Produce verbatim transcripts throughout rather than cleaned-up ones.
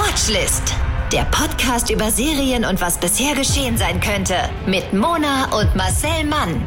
Watchlist. Der Podcast über Serien und was bisher geschehen sein könnte. Mit Mona und Marcel Mann.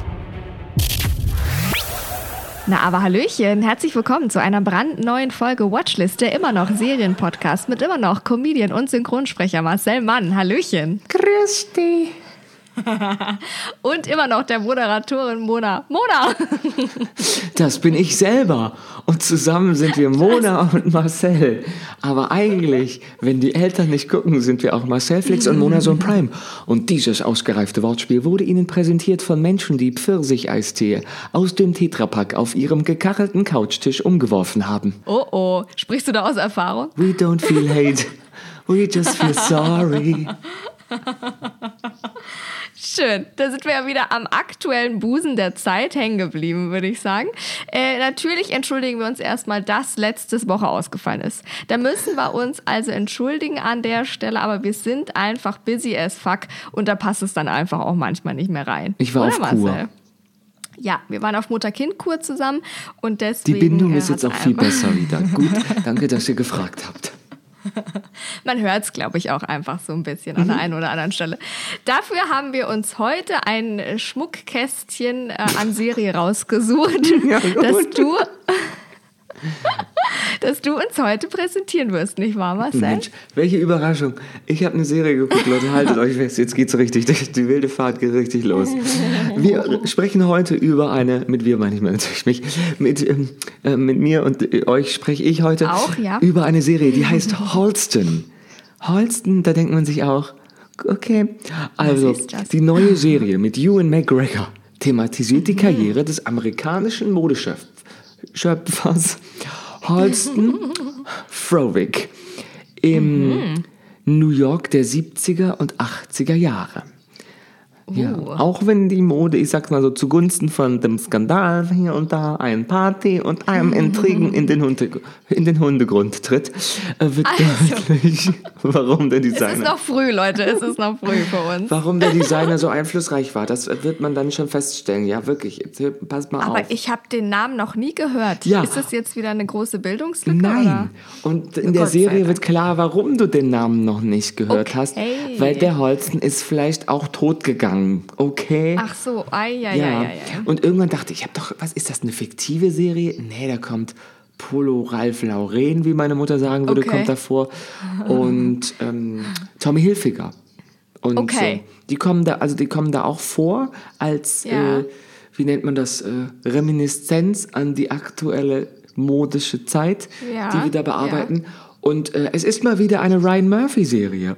Na, aber Hallöchen, herzlich willkommen zu einer brandneuen Folge Watchlist, der immer noch Serienpodcast mit immer noch Comedian und Synchronsprecher Marcel Mann. Hallöchen. Grüß dich. Und immer noch der Moderatorin Mona. Mona! Das bin ich selber. Und zusammen sind wir Mona und Marcel. Aber eigentlich, wenn die Eltern nicht gucken, sind wir auch Marcelflix und Monason Prime. Und dieses ausgereifte Wortspiel wurde Ihnen präsentiert von Menschen, die Pfirsicheistee aus dem Tetrapack auf ihrem gekachelten Couchtisch umgeworfen haben. Oh oh, sprichst du da aus Erfahrung? We don't feel hate. We just feel sorry. Schön, da sind wir ja wieder am aktuellen Busen der Zeit hängen geblieben, würde ich sagen. Äh, natürlich entschuldigen wir uns erstmal, dass letzte Woche ausgefallen ist. Da müssen wir uns also entschuldigen an der Stelle, aber wir sind einfach busy as fuck und da passt es dann einfach auch manchmal nicht mehr rein. Ich war Oder, auf Marcel? Kur. Ja, wir waren auf Mutter-Kind-Kur zusammen und deswegen... Die Bindung äh, ist jetzt auch viel besser wieder. Gut, danke, dass ihr gefragt habt. Man hört es, glaube ich, auch einfach so ein bisschen an der einen oder anderen Stelle. Dafür haben wir uns heute ein Schmuckkästchen äh, an Serie rausgesucht, Ja, dass du, dass du uns heute präsentieren wirst, nicht wahr, Marcel? Mensch, welche Überraschung. Ich habe eine Serie geguckt, Leute, haltet euch fest, jetzt geht's richtig, die wilde Fahrt geht richtig los. Wir sprechen heute über eine, mit wir meine ich mal natürlich mich, mit, ähm, äh, mit mir und äh, euch spreche ich heute Auch, ja. über eine Serie, die heißt Halston. Halston, da denkt man sich auch, okay, also ist das? die neue Serie mit Ewan McGregor thematisiert die Karriere des amerikanischen Modeschöpfers Halston Frowick im mhm. New York der siebziger und achtziger Jahre. Ja, Uh. auch wenn die Mode, ich sag's mal so, zugunsten von dem Skandal hier und da, ein Party und einem Intrigen in den, Hunde, in den Hundegrund tritt, äh, wird Also. deutlich, warum der Designer... Es ist noch früh, Leute, es ist noch früh für uns. Warum der Designer so einflussreich war, das wird man dann schon feststellen. Ja, wirklich, jetzt passt mal Aber auf. ich habe den Namen noch nie gehört. Ja. Ist das jetzt wieder eine große Bildungslücke? Nein. Oder? Und in Oh der Gott sei Serie Dank. wird klar, warum du den Namen noch nicht gehört Okay. hast. Weil der Halston ist vielleicht auch tot gegangen. Okay? Ach so, ai, ai, ja. ai, ai, ai. Und irgendwann dachte ich, ich habe doch, was ist das, eine fiktive Serie? Nee, da kommt Polo Ralph Lauren, wie meine Mutter sagen würde, Okay. kommt davor. Und ähm, Tommy Hilfiger. Und Okay. so. Die kommen da, also die kommen da auch vor als, Ja. äh, wie nennt man das, äh, Reminiszenz an die aktuelle modische Zeit, Ja, die wir da bearbeiten. Und äh, es ist mal wieder eine Ryan Murphy-Serie.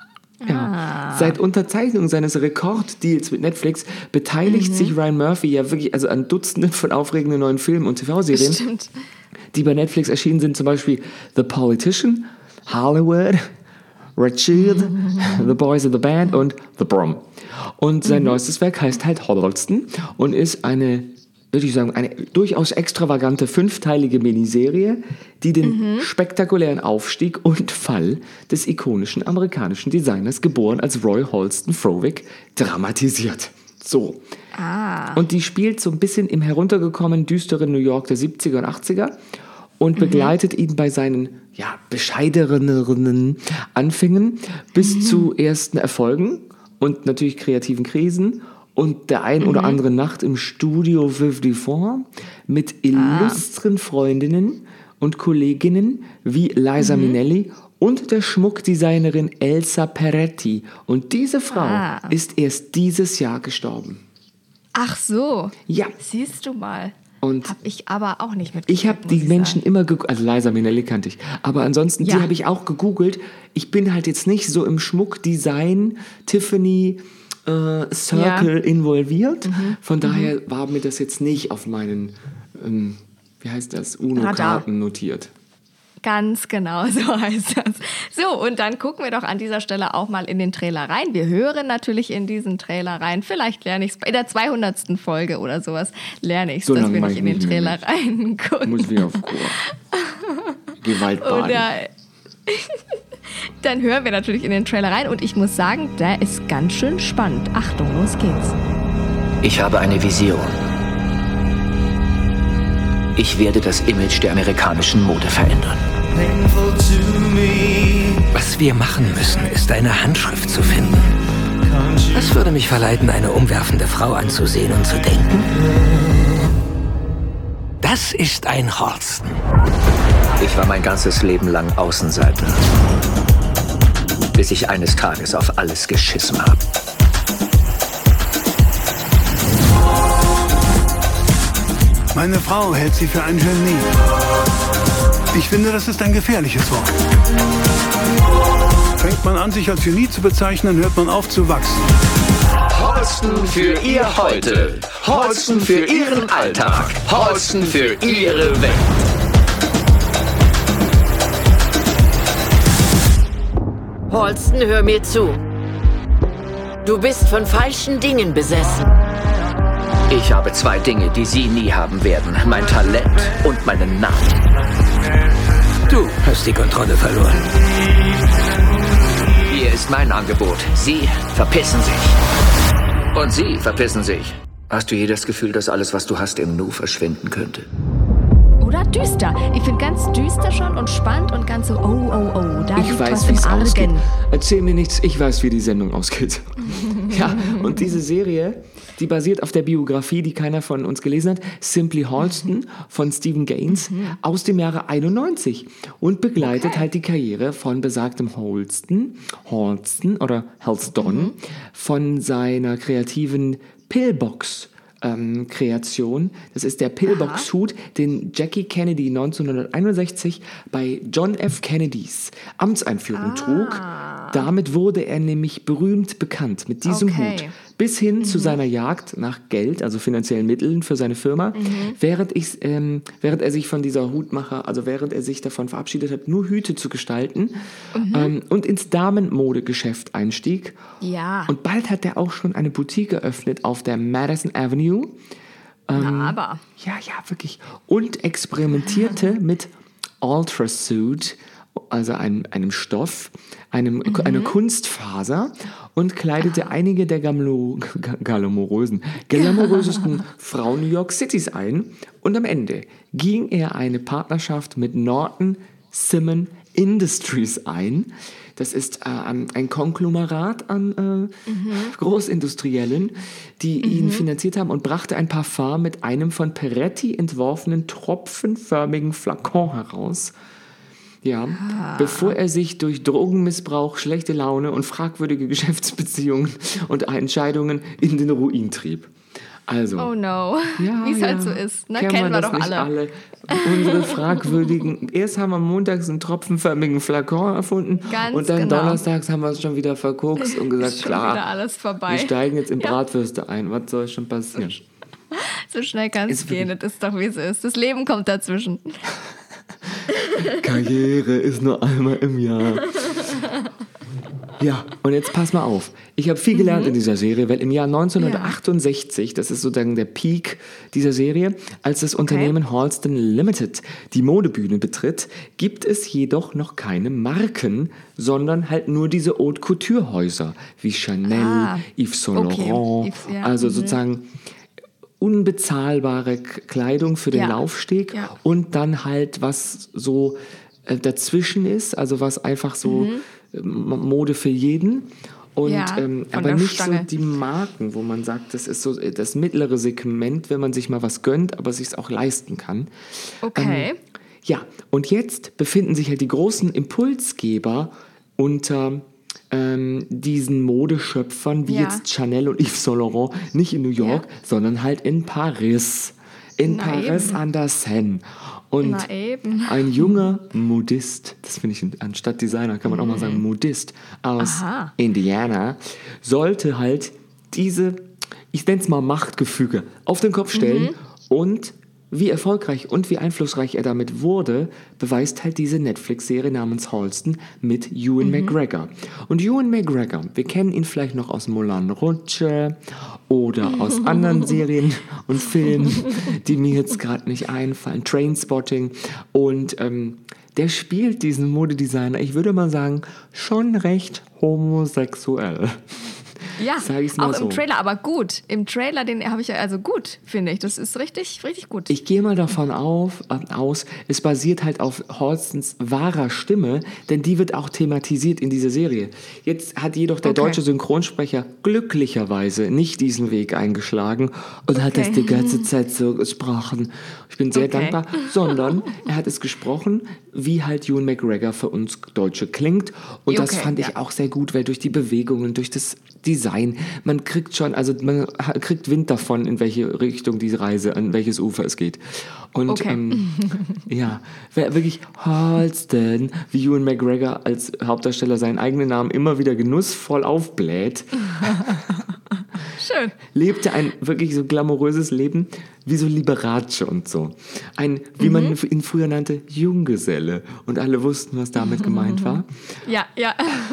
Ja. Seit Unterzeichnung seines Rekorddeals mit Netflix beteiligt Mhm. sich Ryan Murphy ja wirklich also an Dutzenden von aufregenden neuen Filmen und T V-Serien, Stimmt. die bei Netflix erschienen sind, zum Beispiel The Politician, Hollywood, Richard, The Boys in the Band und The Prom. Und sein Mhm. neuestes Werk heißt halt Halston und ist eine, würde ich sagen, eine durchaus extravagante fünfteilige Miniserie, die den Mhm. spektakulären Aufstieg und Fall des ikonischen amerikanischen Designers, geboren als Roy Halston Frowick, dramatisiert. So. Ah. Und die spielt so ein bisschen im heruntergekommenen, düsteren New York der siebziger und achtziger und begleitet ihn bei seinen ja, bescheideneren Anfängen bis zu ersten Erfolgen und natürlich kreativen Krisen und der ein oder anderen Nacht im Studio fünfundfünfzig mit illustren Freundinnen und Kolleginnen wie Liza Minnelli und der Schmuckdesignerin Elsa Peretti. Und diese Frau Ah. ist erst dieses Jahr gestorben. Ach so. Ja. Siehst du mal. Und Hab ich aber auch nicht mitgekriegt. ich habe die muss ich Menschen sagen. immer gegoogelt, also Liza Minnelli kannte ich, aber ansonsten, Ja. die habe ich auch gegoogelt. Ich bin halt jetzt nicht so im Schmuckdesign, Tiffany, äh, Circle Ja. involviert. Von daher war mir das jetzt nicht auf meinen, ähm, wie heißt das, UNO-Karten notiert. Ganz genau, so heißt das. So, und dann gucken wir doch an dieser Stelle auch mal in den Trailer rein. Wir hören natürlich in diesen Trailer rein. Vielleicht lerne ich es in der zweihundertsten Folge oder sowas, lerne ich es, So dass lange wir mach nicht ich in den nicht mehr Trailer reingucken. Muss wieder auf Kur. Gewaltbaden. Oder dann hören wir natürlich in den Trailer rein und ich muss sagen, der ist ganz schön spannend. Achtung, los geht's. Ich habe eine Vision. Ich werde das Image der amerikanischen Mode verändern. Was wir machen müssen, ist eine Handschrift zu finden. Das würde mich verleiten, eine umwerfende Frau anzusehen und zu denken: Das ist ein Halston. Ich war mein ganzes Leben lang Außenseiter. Bis ich eines Tages auf alles geschissen habe. Meine Frau hält sie für ein Genie. Ich finde, das ist ein gefährliches Wort. Fängt man an, sich als Genie zu bezeichnen, hört man auf zu wachsen. Halston für Ihr Heute. Halston für Ihren Alltag. Halston für Ihre Welt. Halston, hör mir zu. Du bist von falschen Dingen besessen. Ich habe zwei Dinge, die Sie nie haben werden. Mein Talent und meinen Namen. Du hast die Kontrolle verloren. Hier ist mein Angebot. Sie verpissen sich. Und Sie verpissen sich. Hast du je das Gefühl, dass alles, was du hast, im Nu verschwinden könnte? Oder düster. Ich finde ganz düster schon und spannend und ganz so, oh, oh, oh, da Ich liegt weiß, was wie im es ausgeht. Argen. Erzähl mir nichts, ich weiß, wie die Sendung ausgeht. Ja, und diese Serie, die basiert auf der Biografie, die keiner von uns gelesen hat, Simply Halston von Stephen Gaines aus dem Jahre einundneunzig und begleitet Okay. halt die Karriere von besagtem Halston, Halston oder Halston Mhm. von seiner kreativen Pillbox Ähm, Kreation. Das ist der Pillbox-Hut, den Jackie Kennedy neunzehnhunderteinundsechzig bei John F. Kennedys Amtseinführung trug. Damit wurde er nämlich berühmt bekannt mit diesem Okay. Hut. Bis hin zu seiner Jagd nach Geld, also finanziellen Mitteln für seine Firma, während, ich, ähm, während er sich von dieser Hutmacher, also während er sich davon verabschiedet hat, nur Hüte zu gestalten ähm, und ins Damenmodegeschäft einstieg. Ja, Und bald hat er auch schon eine Boutique eröffnet auf der Madison Avenue. na, aber. Ja, ja, wirklich. Und experimentierte mit Ultrasuit, also einem, einem Stoff, einem, einer Kunstfaser und kleidete einige der gamlo, ga- glamourösen, glamourösesten Frauen New York Citys ein. Und am Ende ging er eine Partnerschaft mit Norton Simon Industries ein. Das ist äh, ein Konglomerat an äh, Großindustriellen, die ihn finanziert haben und brachte ein Parfum mit einem von Peretti entworfenen tropfenförmigen Flakon heraus. Ja, bevor er sich durch Drogenmissbrauch, schlechte Laune und fragwürdige Geschäftsbeziehungen und Entscheidungen in den Ruin trieb. Also, Oh no, ja, wie es ja. halt so ist. Ne? Kennen Kennen wir das doch nicht alle. Unsere fragwürdigen. Erst haben wir montags einen tropfenförmigen Flakon erfunden Ganz und dann genau. donnerstags haben wir es schon wieder verkokst und gesagt, Schon klar, wieder alles vorbei. wir steigen jetzt in Bratwürste ein. Was soll schon passieren? So schnell kann es Ist gehen, wirklich- das ist doch wie es ist. Das Leben kommt dazwischen. Karriere ist nur einmal im Jahr. Ja, und jetzt pass mal auf. Ich habe viel gelernt in dieser Serie, weil im Jahr neunzehnhundertachtundsechzig, das ist sozusagen der Peak dieser Serie, als das Unternehmen Halston Limited die Modebühne betritt, gibt es jedoch noch keine Marken, sondern halt nur diese Haute Couture Häuser wie Chanel, Ah, Yves Saint okay. Laurent, Yves, ja, also mhm. sozusagen unbezahlbare K- Kleidung für den Ja. Laufsteg Ja. und dann halt was so äh, dazwischen ist, also was einfach so äh, Mode für jeden. Und, Mhm. Ja, ähm, von aber der nicht Stange. so die Marken, wo man sagt, das ist so das mittlere Segment, wenn man sich mal was gönnt, aber sich es auch leisten kann. Okay. Ähm, ja, und jetzt befinden sich halt die großen Impulsgeber unter ähm, diesen Modeschöpfern, wie Ja. jetzt Chanel und Yves Saint Laurent, nicht in New York, Ja. sondern halt in Paris. In Na Paris eben. an der Seine. Und Na eben. ein junger Modist, das finde ich, anstatt Designer kann man auch mal sagen Modist, aus Aha. Indiana, sollte halt diese, ich nenne es mal Machtgefüge, auf den Kopf stellen und wie erfolgreich und wie einflussreich er damit wurde, beweist halt diese Netflix-Serie namens Halston mit Ewan McGregor. Und Ewan McGregor, wir kennen ihn vielleicht noch aus Moulin Rouge oder aus anderen Serien und Filmen, die mir jetzt gerade nicht einfallen. Trainspotting. Und ähm, der spielt diesen Modedesigner, ich würde mal sagen, schon recht homosexuell. Ja, sage ich mal auch so. im Trailer, aber gut. Im Trailer, den habe ich ja, also gut, finde ich. Das ist richtig, richtig gut. Ich gehe mal davon auf, äh, aus, es basiert halt auf Halstons wahrer Stimme, denn die wird auch thematisiert in dieser Serie. Jetzt hat jedoch der Okay. deutsche Synchronsprecher glücklicherweise nicht diesen Weg eingeschlagen und hat das Okay. die ganze Zeit so gesprochen. Ich bin sehr Okay. dankbar, sondern er hat es gesprochen, wie halt Ewan McGregor für uns Deutsche klingt. Und Okay, das fand ich ja. auch sehr gut, weil durch die Bewegungen, durch das Design, man kriegt schon, also man ha- kriegt Wind davon, in welche Richtung diese Reise, an welches Ufer es geht. Und Okay. ähm, ja, wer wirklich Halston, wie Ewan McGregor als Hauptdarsteller seinen eigenen Namen immer wieder genussvoll aufbläht, Schön. lebte ein wirklich so glamouröses Leben wie so Liberace und so. Ein, wie man ihn früher nannte, Junggeselle. Und alle wussten, was damit gemeint war. Ja, ja.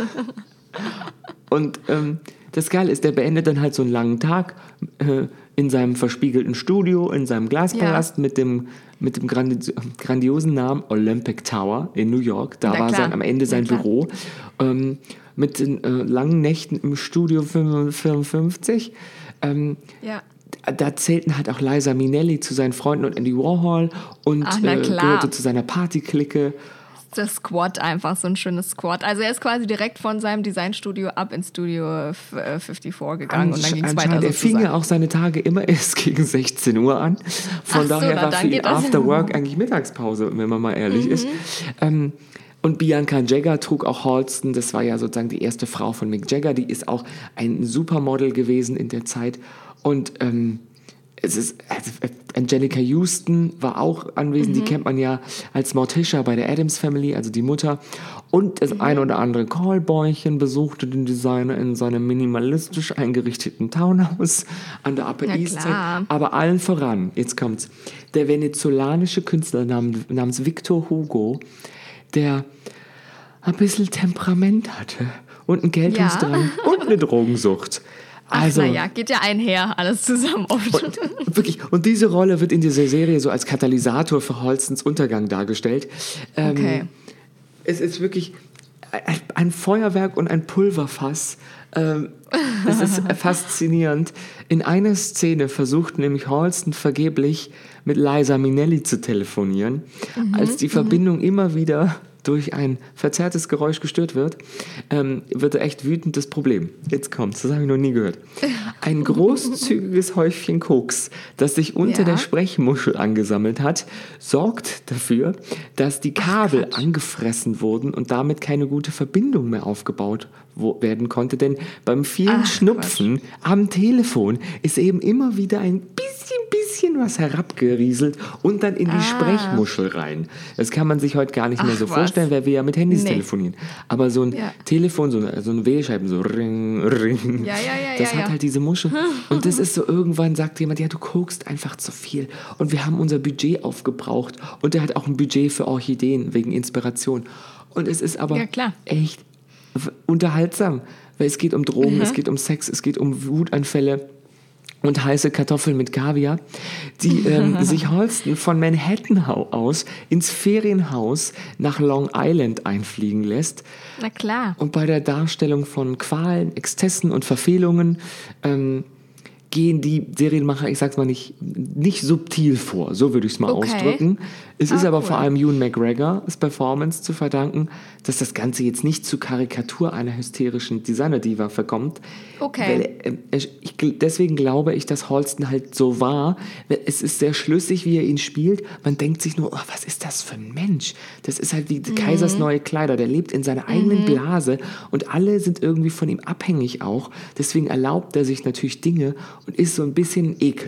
Und ähm, das Geile ist, der beendet dann halt so einen langen Tag äh, in seinem verspiegelten Studio, in seinem Glaspalast Ja. mit dem, mit dem grandi grandiosen Namen Olympic Tower in New York. Da Na war klar. sein, am Ende Na sein klar. Büro. Ähm, mit den äh, langen Nächten im Studio fünfundfünfzig. Ähm, Ja. Da zählten halt auch Liza Minnelli zu seinen Freunden und Andy Warhol und Ach, na äh, klar. gehörte zu seiner Partyklicke. Das Squad einfach, so ein schönes Squad. Also er ist quasi direkt von seinem Designstudio ab ins Studio f- äh, fünfundfünfzig gegangen und dann ging es weiter Anscheinend, er fing sozusagen. ja auch seine Tage immer erst gegen sechzehn Uhr an. Von Ach so, daher na, war dann für ihn geht das. After Work eigentlich Mittagspause, wenn man mal ehrlich Mhm. ist. Ähm, und Bianca Jagger trug auch Halston, das war ja sozusagen die erste Frau von Mick Jagger, die ist auch ein Supermodel gewesen in der Zeit. Und ähm, es ist, also, Angelica Houston war auch anwesend, die kennt man ja als Morticia bei der Addams Family, also die Mutter. Und das ein oder andere Callboychen besuchte den Designer in seinem minimalistisch eingerichteten Townhouse an der Upper Na East Side. klar. Aber allen voran, jetzt kommt's, der venezolanische Künstler namens, namens Victor Hugo, der ein bisschen Temperament hatte und einen Geltungsdrang und eine Drogensucht. Also, Ach, naja, geht ja einher, alles zusammen oft. und, wirklich, und diese Rolle wird in dieser Serie so als Katalysator für Halstons Untergang dargestellt. Ähm, Okay. Es ist wirklich ein, ein Feuerwerk und ein Pulverfass. Ähm, es ist faszinierend. In einer Szene versucht nämlich Halston vergeblich mit Liza Minnelli zu telefonieren, als die Verbindung immer wieder durch ein verzerrtes Geräusch gestört wird, ähm, wird er echt wütend. Das Problem. Jetzt kommt's, das habe ich noch nie gehört. Ein großzügiges Häufchen Koks, das sich unter Ja. der Sprechmuschel angesammelt hat, sorgt dafür, dass die Kabel angefressen wurden und damit keine gute Verbindung mehr aufgebaut wo, werden konnte. Denn beim vielen Ach, Schnupfen am Telefon ist eben immer wieder ein bisschen, bisschen was herabgerieselt und dann in die Ah. Sprechmuschel rein. Das kann man sich heute gar nicht mehr Ach, so was. vorstellen, weil wir ja mit Handys Nee. telefonieren. Aber so ein Ja. Telefon, so eine, so eine Wählscheiben, so ring, ring. Ja, ja, ja, Das ja, hat ja. halt diese Muschel. Und das ist so, irgendwann sagt jemand, ja, du kokst einfach zu viel. Und wir haben unser Budget aufgebraucht. Und er hat auch ein Budget für Orchideen wegen Inspiration. Und es ist aber Ja, klar. echt w- unterhaltsam. Weil es geht um Drogen, es geht um Sex, es geht um Wutanfälle und heiße Kartoffeln mit Kaviar, die ähm, sich Halston von Manhattan hau- aus ins Ferienhaus nach Long Island einfliegen lässt. Na klar. Und bei der Darstellung von Qualen, Exzessen und Verfehlungen ähm, gehen die Serienmacher, ich sag's mal nicht, nicht subtil vor, so würde ich es mal Okay. ausdrücken. Es ist Ah, aber cool. vor allem Ewan McGregors Performance zu verdanken, dass das Ganze jetzt nicht zur Karikatur einer hysterischen Designer-Diva verkommt. Okay. Weil, äh, ich, ich, deswegen glaube ich, dass Halston halt so war. Weil Es ist sehr schlüssig, wie er ihn spielt. Man denkt sich nur, oh, was ist das für ein Mensch? Das ist halt wie Mhm. Kaisers neue Kleider. Der lebt in seiner eigenen Blase und alle sind irgendwie von ihm abhängig auch. Deswegen erlaubt er sich natürlich Dinge und ist so ein bisschen ein Ekel.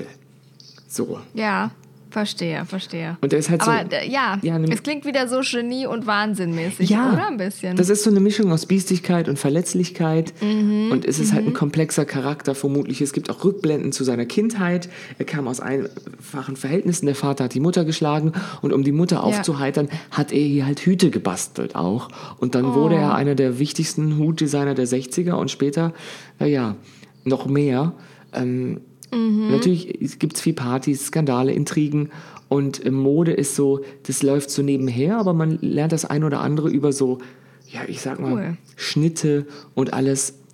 So. Ja, verstehe, verstehe. Und der ist halt so- Aber d- ja, Ja, ne- es klingt wieder so Genie- und Wahnsinnmäßig, Ja, oder? Ein bisschen. das ist so eine Mischung aus Biestigkeit und Verletzlichkeit. Mhm, Und es ist halt ein komplexer Charakter vermutlich. Es gibt auch Rückblenden zu seiner Kindheit. Er kam aus einfachen Verhältnissen. Der Vater hat die Mutter geschlagen. Und um die Mutter aufzuheitern, hat er hier halt Hüte gebastelt auch. Und dann wurde Oh. er einer der wichtigsten Hutdesigner der sechziger und später, naja, noch mehr. Ähm, Mhm. Natürlich gibt es viel Partys, Skandale, Intrigen und äh, Mode ist so, das läuft so nebenher, aber man lernt das ein oder andere über so, ja, ich sag mal, Cool. Schnitte und alles.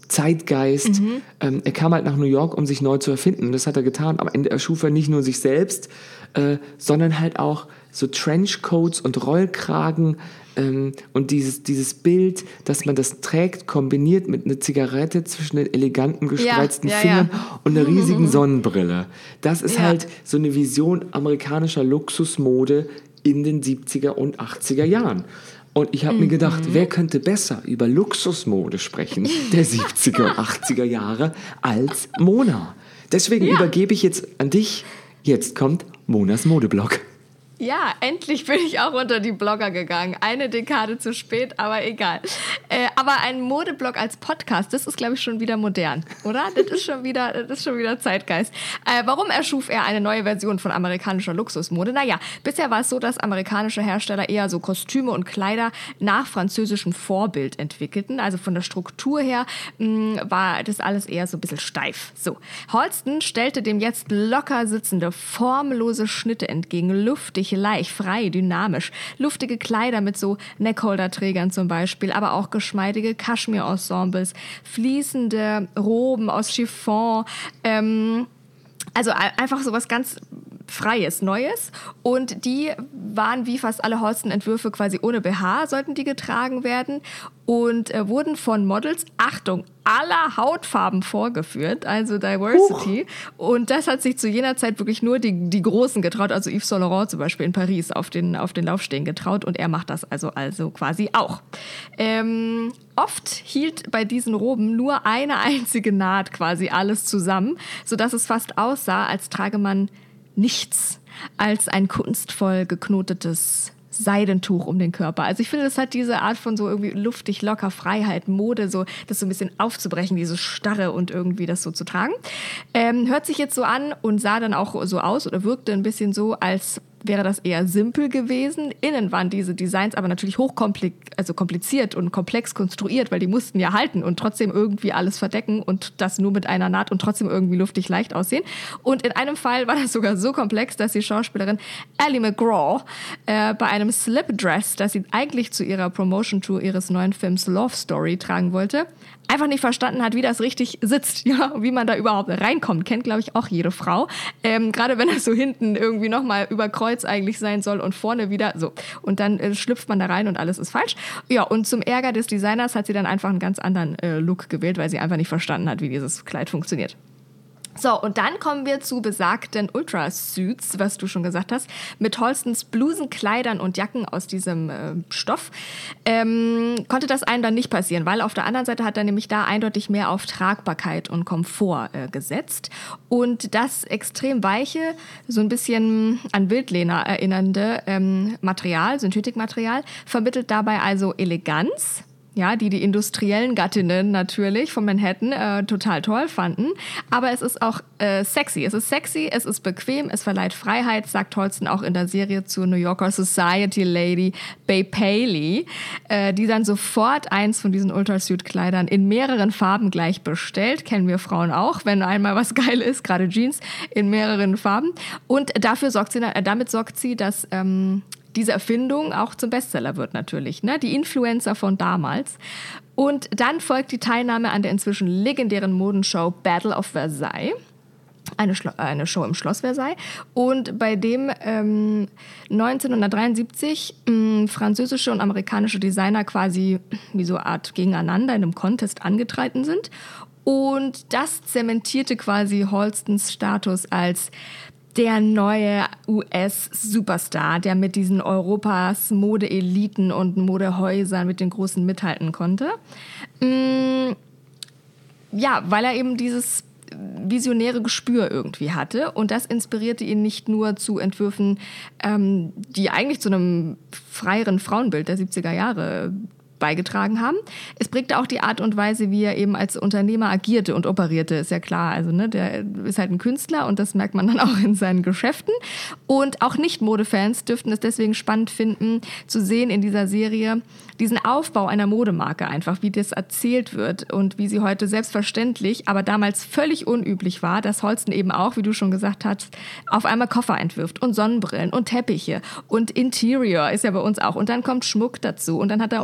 Zeitgeist. Mhm. Ähm, er kam halt nach New York, um sich neu zu erfinden. Das hat er getan. Am Ende erschuf er nicht nur sich selbst, äh, sondern halt auch so Trenchcoats und Rollkragen ähm, und dieses, dieses Bild, dass man das trägt, kombiniert mit einer Zigarette zwischen den eleganten, gespreizten ja, ja, Fingern ja. und einer riesigen Sonnenbrille. Das ist Ja. halt so eine Vision amerikanischer Luxusmode in den siebziger und achtziger Jahren. Und ich habe Mhm. mir gedacht, wer könnte besser über Luxusmode sprechen der siebziger und achtziger Jahre als Mona? Deswegen Ja. übergebe ich jetzt an dich. Jetzt kommt Monas Modeblog. Ja, endlich bin ich auch unter die Blogger gegangen. Eine Dekade zu spät, aber egal. Äh, aber ein Modeblog als Podcast, das ist, glaube ich, schon wieder modern, oder? Das ist schon wieder, das ist schon wieder Zeitgeist. Äh, warum erschuf er eine neue Version von amerikanischer Luxusmode? Naja, bisher war es so, dass amerikanische Hersteller eher so Kostüme und Kleider nach französischem Vorbild entwickelten. Also von der Struktur her mh, war das alles eher so ein bisschen steif. So, Halston stellte dem jetzt locker sitzende, formlose Schnitte entgegen, luftig, leicht, frei, dynamisch. Luftige Kleider mit so Neckholder-Trägern zum Beispiel, aber auch geschmeidige Kaschmir-Ensembles, fließende Roben aus Chiffon, ähm, also einfach so was ganz Freies, Neues. Und die waren wie fast alle Halston-Entwürfe quasi ohne B H, sollten die getragen werden und äh, wurden von Models, Achtung, aller Hautfarben vorgeführt, also Diversity. Huch. Und das hat sich zu jener Zeit wirklich nur die, die Großen getraut, also Yves Saint Laurent zum Beispiel in Paris auf den, auf den Laufstegen getraut und er macht das also, also quasi auch. Ähm, oft hielt bei diesen Roben nur eine einzige Naht quasi alles zusammen, sodass es fast aussah, als trage man nichts als ein kunstvoll geknotetes Seidentuch um den Körper. Also ich finde, das hat diese Art von so irgendwie luftig, locker, Freiheit, Mode, so das so ein bisschen aufzubrechen, diese Starre und irgendwie das so zu tragen. Ähm, hört sich jetzt so an und sah dann auch so aus oder wirkte ein bisschen so, als wäre das eher simpel gewesen. Innen waren diese Designs aber natürlich hochkompliziert, also kompliziert und komplex konstruiert, weil die mussten ja halten und trotzdem irgendwie alles verdecken und das nur mit einer Naht und trotzdem irgendwie luftig leicht aussehen. Und in einem Fall war das sogar so komplex, dass die Schauspielerin Ally McGraw äh, bei einem Slip-Dress, das sie eigentlich zu ihrer Promotion-Tour ihres neuen Films Love Story tragen wollte, einfach nicht verstanden hat, wie das richtig sitzt, ja, wie man da überhaupt reinkommt. Kennt, glaube ich, auch jede Frau. Ähm, gerade wenn das so hinten irgendwie nochmal über Kreuz eigentlich sein soll und vorne wieder so. Und dann äh, schlüpft man da rein und alles ist falsch. Ja, und zum Ärger des Designers hat sie dann einfach einen ganz anderen äh, Look gewählt, weil sie einfach nicht verstanden hat, wie dieses Kleid funktioniert. So, und dann kommen wir zu besagten Ultrasuits, was du schon gesagt hast, mit Halstons Blusen, Kleidern und Jacken aus diesem äh, Stoff. Ähm, konnte das einem dann nicht passieren, weil auf der anderen Seite hat er nämlich da eindeutig mehr auf Tragbarkeit und Komfort äh, gesetzt. Und das extrem weiche, so ein bisschen an Wildleder erinnernde ähm, Material, Synthetikmaterial, vermittelt dabei also Eleganz. Ja, die die industriellen Gattinnen natürlich von Manhattan äh, total toll fanden. Aber es ist auch äh, sexy. Es ist sexy, es ist bequem, es verleiht Freiheit, sagt Halston auch in der Serie zur New Yorker Society Lady Bay Paley, äh, die dann sofort eins von diesen Ultrasuit-Kleidern in mehreren Farben gleich bestellt. Kennen wir Frauen auch, wenn einmal was geil ist, gerade Jeans in mehreren Farben. Und dafür sorgt sie, äh, damit sorgt sie, dass Ähm, diese Erfindung auch zum Bestseller wird natürlich, ne? Die Influencer von damals. Und dann folgt die Teilnahme an der inzwischen legendären Modenshow Battle of Versailles. Eine, Schlo- eine Show im Schloss Versailles. Und bei dem ähm, neunzehnhundertdreiundsiebzig ähm, französische und amerikanische Designer quasi wie so eine Art gegeneinander in einem Contest angetreten sind. Und das zementierte quasi Halstons Status als der neue U S-Superstar, der mit diesen Europas Modeeliten und Modehäusern mit den Großen mithalten konnte. Mm, ja, weil er eben dieses visionäre Gespür irgendwie hatte. Und das inspirierte ihn nicht nur zu Entwürfen, ähm, die eigentlich zu einem freieren Frauenbild der siebziger Jahre beigetragen haben. Es prägte auch die Art und Weise, wie er eben als Unternehmer agierte und operierte, ist ja klar. Also ne, der ist halt ein Künstler und das merkt man dann auch in seinen Geschäften. Und auch Nicht-Modefans dürften es deswegen spannend finden, zu sehen in dieser Serie diesen Aufbau einer Modemarke einfach, wie das erzählt wird und wie sie heute selbstverständlich, aber damals völlig unüblich war, dass Halston eben auch, wie du schon gesagt hast, auf einmal Koffer entwirft und Sonnenbrillen und Teppiche und Interior ist ja bei uns auch. Und dann kommt Schmuck dazu und dann hat er Uniformen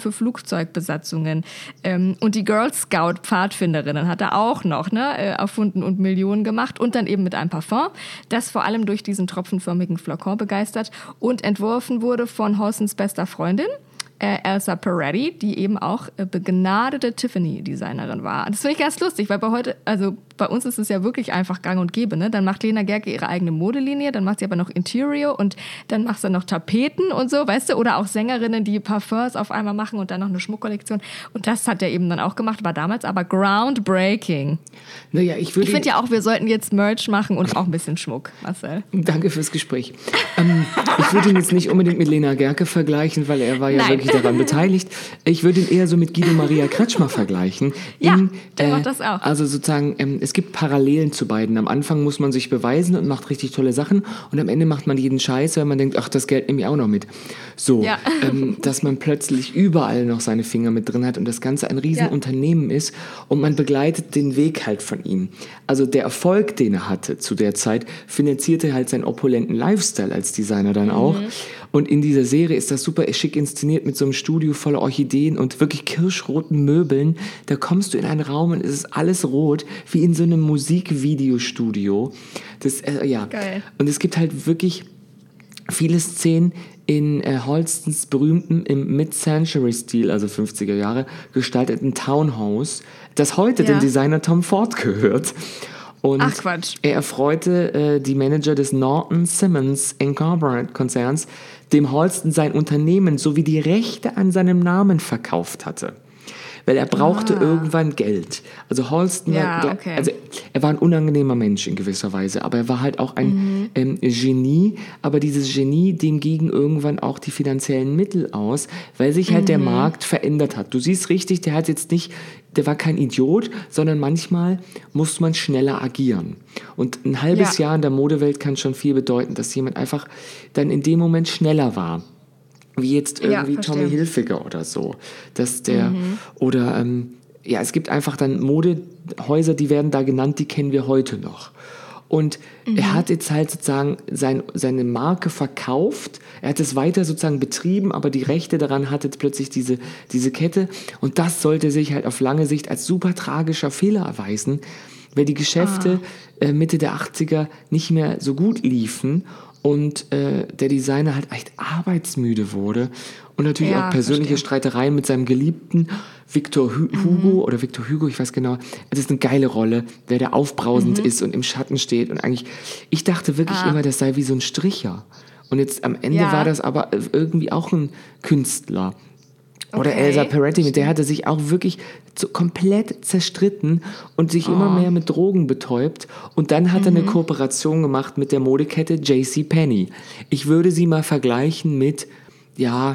für Flugzeugbesatzungen. Ähm, und die Girl Scout Pfadfinderinnen hat er auch noch ne, äh, erfunden und Millionen gemacht. Und dann eben mit einem Parfum, das vor allem durch diesen tropfenförmigen Flakon begeistert und entworfen wurde von Halstons bester Freundin, äh, Elsa Peretti, die eben auch äh, begnadete Tiffany-Designerin war. Das finde ich ganz lustig, weil bei heute, also bei uns ist es ja wirklich einfach gang und gäbe. Ne? Dann macht Lena Gercke ihre eigene Modelinie, dann macht sie aber noch Interior und dann macht sie noch Tapeten und so, weißt du? Oder auch Sängerinnen, die Parfums auf einmal machen und dann noch eine Schmuckkollektion. Und das hat er eben dann auch gemacht, war damals aber groundbreaking. Naja, ich würde... Ich finde ja auch, wir sollten jetzt Merch machen und auch ein bisschen Schmuck, Marcel. Danke fürs Gespräch. ähm, ich würde ihn jetzt nicht unbedingt mit Lena Gercke vergleichen, weil er war ja Nein. wirklich daran beteiligt. Ich würde ihn eher so mit Guido Maria Kretschmer vergleichen. Ja, in, der äh, macht das auch. Also sozusagen, ähm, es gibt Parallelen zu beiden. Am Anfang muss man sich beweisen und macht richtig tolle Sachen und am Ende macht man jeden Scheiß, weil man denkt, ach, das Geld nehme ich auch noch mit. So, Ja. ähm, dass man plötzlich überall noch seine Finger mit drin hat und das Ganze ein Riesenunternehmen ja. ist und man begleitet den Weg halt von ihm. Also der Erfolg, den er hatte zu der Zeit, finanzierte halt seinen opulenten Lifestyle als Designer dann auch. Mhm. Und in dieser Serie ist das super schick inszeniert mit so einem Studio voller Orchideen und wirklich kirschroten Möbeln. Da kommst du in einen Raum und es ist alles rot, wie in so einem Musikvideostudio. Das, äh, ja. Geil. Und es gibt halt wirklich viele Szenen in äh, Halstons berühmten im Mid-Century-Stil, also fünfziger Jahre, gestalteten Townhouse, das heute Ja. dem Designer Tom Ford gehört. Und Ach, Quatsch. er erfreute äh, die Manager des Norton Simmons Incorporated Konzerns, dem Halston sein Unternehmen sowie die Rechte an seinem Namen verkauft hatte. Weil er brauchte ah. irgendwann Geld. Also Halston Ja, war, okay. also er war ein unangenehmer Mensch in gewisser Weise, aber er war halt auch ein mhm. ähm, Genie. Aber dieses Genie, dem gingen irgendwann auch die finanziellen Mittel aus, weil sich halt mhm. der Markt verändert hat. Du siehst richtig, der hat jetzt nicht, der war kein Idiot, sondern manchmal muss man schneller agieren. Und ein halbes Ja. Jahr in der Modewelt kann schon viel bedeuten, dass jemand einfach dann in dem Moment schneller war. Wie jetzt irgendwie Ja, Tommy verstehe. Hilfiger oder so. Dass der, Mhm. oder, ähm, ja, es gibt einfach dann Modehäuser, die werden da genannt, die kennen wir heute noch. Und Mhm. er hat jetzt halt sozusagen sein, seine Marke verkauft, er hat es weiter sozusagen betrieben, aber die Rechte daran hat jetzt plötzlich diese, diese Kette. Und das sollte sich halt auf lange Sicht als super tragischer Fehler erweisen, weil die Geschäfte Ah. äh, Mitte der achtziger nicht mehr so gut liefen. Und äh, der Designer halt echt arbeitsmüde wurde und natürlich Ja, auch persönliche verstehe. Streitereien mit seinem Geliebten Victor Hu- Hugo mhm. oder Victor Hugo, ich weiß genau. Das ist eine geile Rolle, der da aufbrausend Mhm. ist und im Schatten steht und eigentlich, ich dachte wirklich Ah. immer, das sei wie so ein Stricher. Und jetzt am Ende Ja. war das aber irgendwie auch ein Künstler. Oder Okay, Elsa Peretti, mit der hat er sich auch wirklich so komplett zerstritten und sich Oh. immer mehr mit Drogen betäubt. Und dann hat er Mhm. eine Kooperation gemacht mit der Modekette J C Penney. Ich würde sie mal vergleichen mit, ja,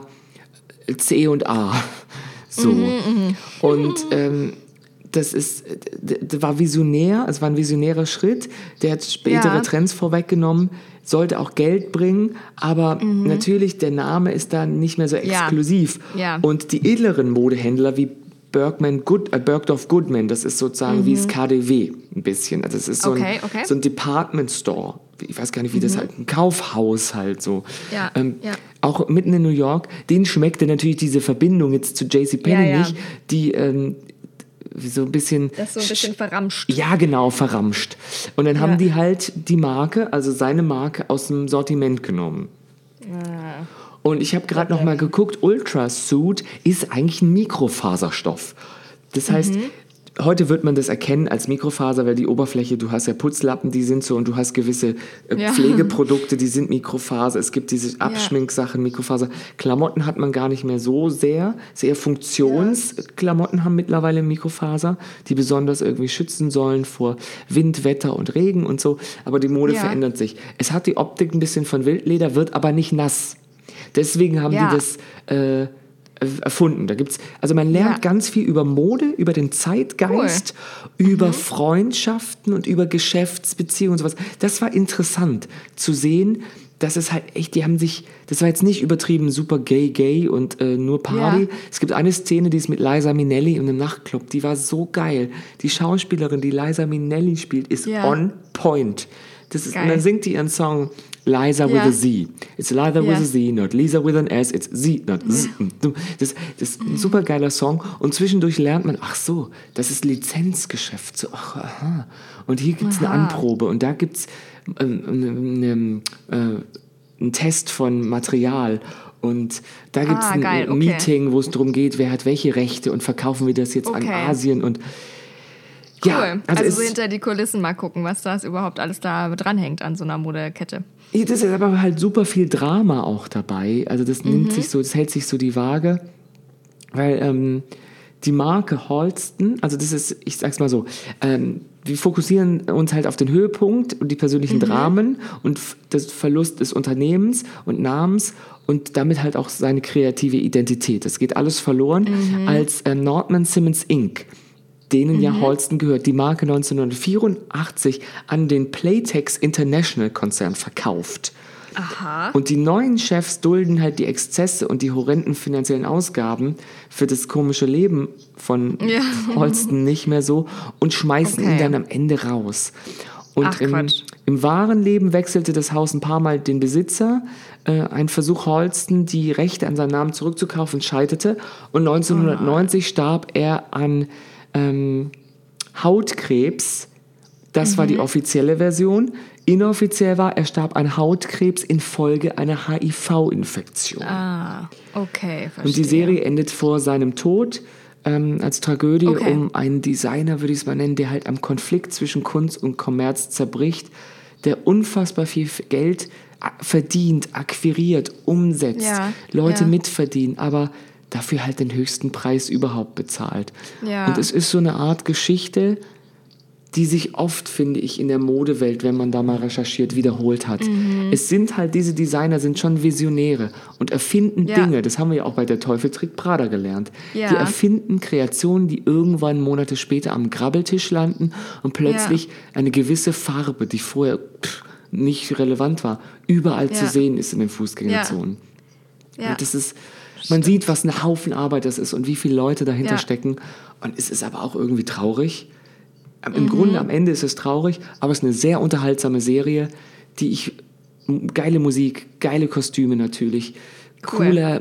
C und A. So. Mhm, Und ähm, das ist, d- d- war visionär, es war ein visionärer Schritt. Der hat spätere Ja. Trends vorweggenommen, sollte auch Geld bringen, aber natürlich, der Name ist da nicht mehr so Mhm. Ja. exklusiv. Ja. Und die edleren Modehändler wie Bergman Good, äh, Bergdorf Goodman, das ist sozusagen wie das K D W ein bisschen. Also es ist so, Okay, ein, okay. so ein Department Store. Ich weiß gar nicht, wie das halt, ein Kaufhaus halt so. Ja, Ähm, ja. Auch mitten in New York. Denen schmeckte natürlich diese Verbindung jetzt zu J C Penney Ja, ja. nicht, die ähm, so ein bisschen... Das ist so ein bisschen verramscht. Ja, genau, verramscht. Und dann haben Ja. die halt die Marke, also seine Marke, aus dem Sortiment genommen. Und ich habe gerade noch mal geguckt, Ultrasuit ist eigentlich ein Mikrofaserstoff. Das heißt, heute wird man das erkennen als Mikrofaser, weil die Oberfläche, du hast ja Putzlappen, die sind so, und du hast gewisse äh, Ja. Pflegeprodukte, die sind Mikrofaser. Es gibt diese Abschminksachen, Mikrofaser. Klamotten hat man gar nicht mehr so sehr. Sehr Funktionsklamotten haben mittlerweile Mikrofaser, die besonders irgendwie schützen sollen vor Wind, Wetter und Regen und so. Aber die Mode Ja. verändert sich. Es hat die Optik ein bisschen von Wildleder, wird aber nicht nass. Deswegen haben Ja. die das äh, erfunden. Da gibt's, also man lernt Ja. ganz viel über Mode, über den Zeitgeist, über Freundschaften und über Geschäftsbeziehungen und sowas. Das war interessant zu sehen, dass es halt echt, die haben sich, das war jetzt nicht übertrieben super gay, gay und äh, nur Party. Ja. Es gibt eine Szene, die ist mit Liza Minnelli in einem Nachtclub, die war so geil. Die Schauspielerin, die Liza Minnelli spielt, ist Ja. on point. Das ist, und Geil. dann singt die ihren Song Liza Ja. with a Z. It's Liza Ja. with a Z, not Lisa with an S, it's Z, not Z. Das, das ist ein super geiler Song und zwischendurch lernt man, ach so, das ist Lizenzgeschäft. So, ach, aha. Und hier gibt es eine Anprobe und da gibt es ähm, äh, äh, einen Test von Material. Und da gibt es Ah, ein geil, okay. Meeting, wo es darum geht, wer hat welche Rechte und verkaufen wir das jetzt Okay. an Asien und Cool. ja, Also, also, so es, hinter die Kulissen mal gucken, was das überhaupt alles da dranhängt an so einer Modekette. das ist aber halt super viel Drama auch dabei. Also das nimmt sich so, das hält sich so die Waage, weil ähm, die Marke Halston, also das ist, ich sag's mal so, ähm, wir fokussieren uns halt auf den Höhepunkt und die persönlichen Dramen und f- das Verlust des Unternehmens und Namens und damit halt auch seine kreative Identität. Das geht alles verloren, als ähm, Nordman Simmons Incorporated, denen ja Halston gehört, die Marke neunzehnhundertvierundachtzig an den Playtex International Konzern verkauft. Aha. Und die neuen Chefs dulden halt die Exzesse und die horrenden finanziellen Ausgaben für das komische Leben von Ja. Halston nicht mehr so und schmeißen Okay. ihn dann am Ende raus. Und Ach, im, Quatsch. im wahren Leben wechselte das Haus ein paar Mal den Besitzer. Äh, ein Versuch Halston, die Rechte an seinen Namen zurückzukaufen, scheiterte. Und neunzehnhundertneunzig starb er an ähm, Hautkrebs. Das war die offizielle Version. Inoffiziell war, er starb an Hautkrebs infolge einer H I V-Infektion. Ah, okay, verstehe. Und die Serie endet vor seinem Tod ähm, als Tragödie Okay. um einen Designer, würde ich es mal nennen, der halt am Konflikt zwischen Kunst und Kommerz zerbricht, der unfassbar viel Geld a- verdient, akquiriert, umsetzt, Ja, Leute ja. mitverdienen, aber dafür halt den höchsten Preis überhaupt bezahlt. Ja. Und es ist so eine Art Geschichte, die sich oft, finde ich, in der Modewelt, wenn man da mal recherchiert, wiederholt hat. Mhm. Es sind halt, diese Designer sind schon Visionäre und erfinden Ja. Dinge, das haben wir ja auch bei Der Teufel trägt Prada gelernt. Ja. Die erfinden Kreationen, die irgendwann Monate später am Grabbeltisch landen und plötzlich eine gewisse Farbe, die vorher pff, nicht relevant war, überall Ja. zu sehen ist in den Fußgängerzonen. Ja. Und das ist, man sieht, was ein Haufen Arbeit das ist und wie viele Leute dahinter Ja. stecken. Und es ist aber auch irgendwie traurig. Im Grunde, am Ende ist es traurig, aber es ist eine sehr unterhaltsame Serie, die ich, geile Musik, geile Kostüme natürlich, Cool. cooler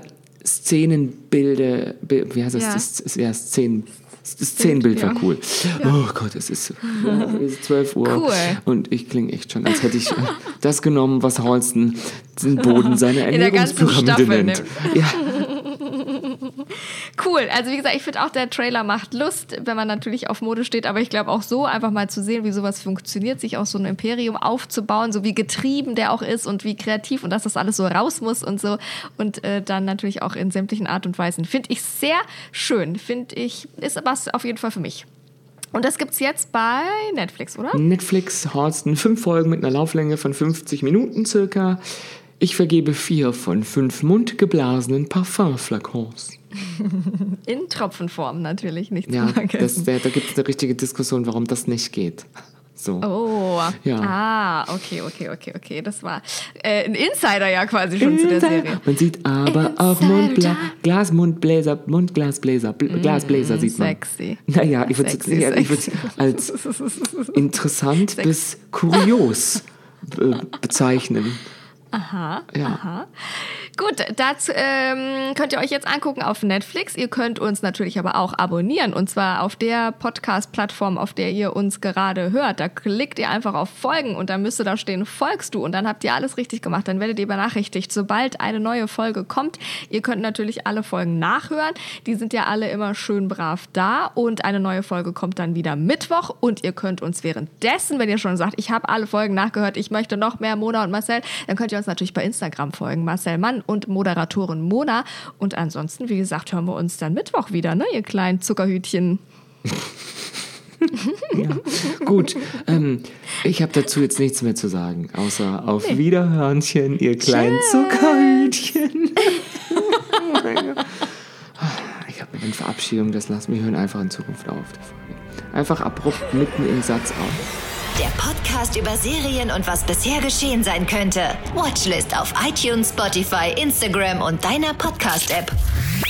Szenenbilder, Bi- wie heißt das, Ja. das, das, ja, Szenen, das Szenenbild war ja. cool. Oh Gott, es ist, ja, es ist zwölf Uhr Cool. und ich klinge echt schon, als hätte ich äh, das genommen, was Halston den Boden seiner In der ganzen Ernährungspyramide Staffel nennt. nimmt. Ja. Cool, also wie gesagt, ich finde auch, der Trailer macht Lust, wenn man natürlich auf Mode steht, aber ich glaube auch so, einfach mal zu sehen, wie sowas funktioniert, sich auch so ein Imperium aufzubauen, so wie getrieben der auch ist und wie kreativ und dass das alles so raus muss und so und äh, dann natürlich auch in sämtlichen Art und Weisen. Finde ich sehr schön, finde ich, ist was auf jeden Fall für mich. Und das gibt's jetzt bei Netflix, oder? Netflix, Halston, fünf Folgen mit einer Lauflänge von fünfzig Minuten circa. Ich vergebe vier von fünf mundgeblasenen Parfumflakons. In Tropfenform natürlich, nicht zu Ja, vergessen. das, der, da gibt es eine richtige Diskussion, warum das nicht geht. So. Oh, Ja. ah, okay, okay, okay, okay. Das war äh, ein Insider ja quasi schon zu der Serie. Man sieht aber auch Insider. Mundbla Glas, Mundbläser, Mundglasbläser, Bl Glasbläser sieht man. Sexy. Naja, ich würde es Sexy, ich würd's als interessant bis kurios be bezeichnen. Aha, Ja. aha. Gut, das ähm, könnt ihr euch jetzt angucken auf Netflix. Ihr könnt uns natürlich aber auch abonnieren und zwar auf der Podcast-Plattform, auf der ihr uns gerade hört. Da klickt ihr einfach auf Folgen und dann müsste da stehen, folgst du und dann habt ihr alles richtig gemacht. Dann werdet ihr benachrichtigt, sobald eine neue Folge kommt. Ihr könnt natürlich alle Folgen nachhören. Die sind ja alle immer schön brav da und eine neue Folge kommt dann wieder Mittwoch und ihr könnt uns währenddessen, wenn ihr schon sagt, ich habe alle Folgen nachgehört, ich möchte noch mehr Mona und Marcel, dann könnt ihr uns natürlich bei Instagram folgen, Marcel Mann und Moderatorin Mona. Und ansonsten, wie gesagt, hören wir uns dann Mittwoch wieder, ne, ihr kleinen Zuckerhütchen. Ja. Gut, ähm, ich habe dazu jetzt nichts mehr zu sagen, außer auf Wiederhörnchen, ihr kleinen Zuckerhütchen. Ich habe eine Verabschiedung, das lassen wir hören einfach in Zukunft auf. Die Folge. Einfach abrupt mitten im Satz auf. Der Podcast über Serien und was bisher geschehen sein könnte. Watchlist auf iTunes, Spotify, Instagram und deiner Podcast-App.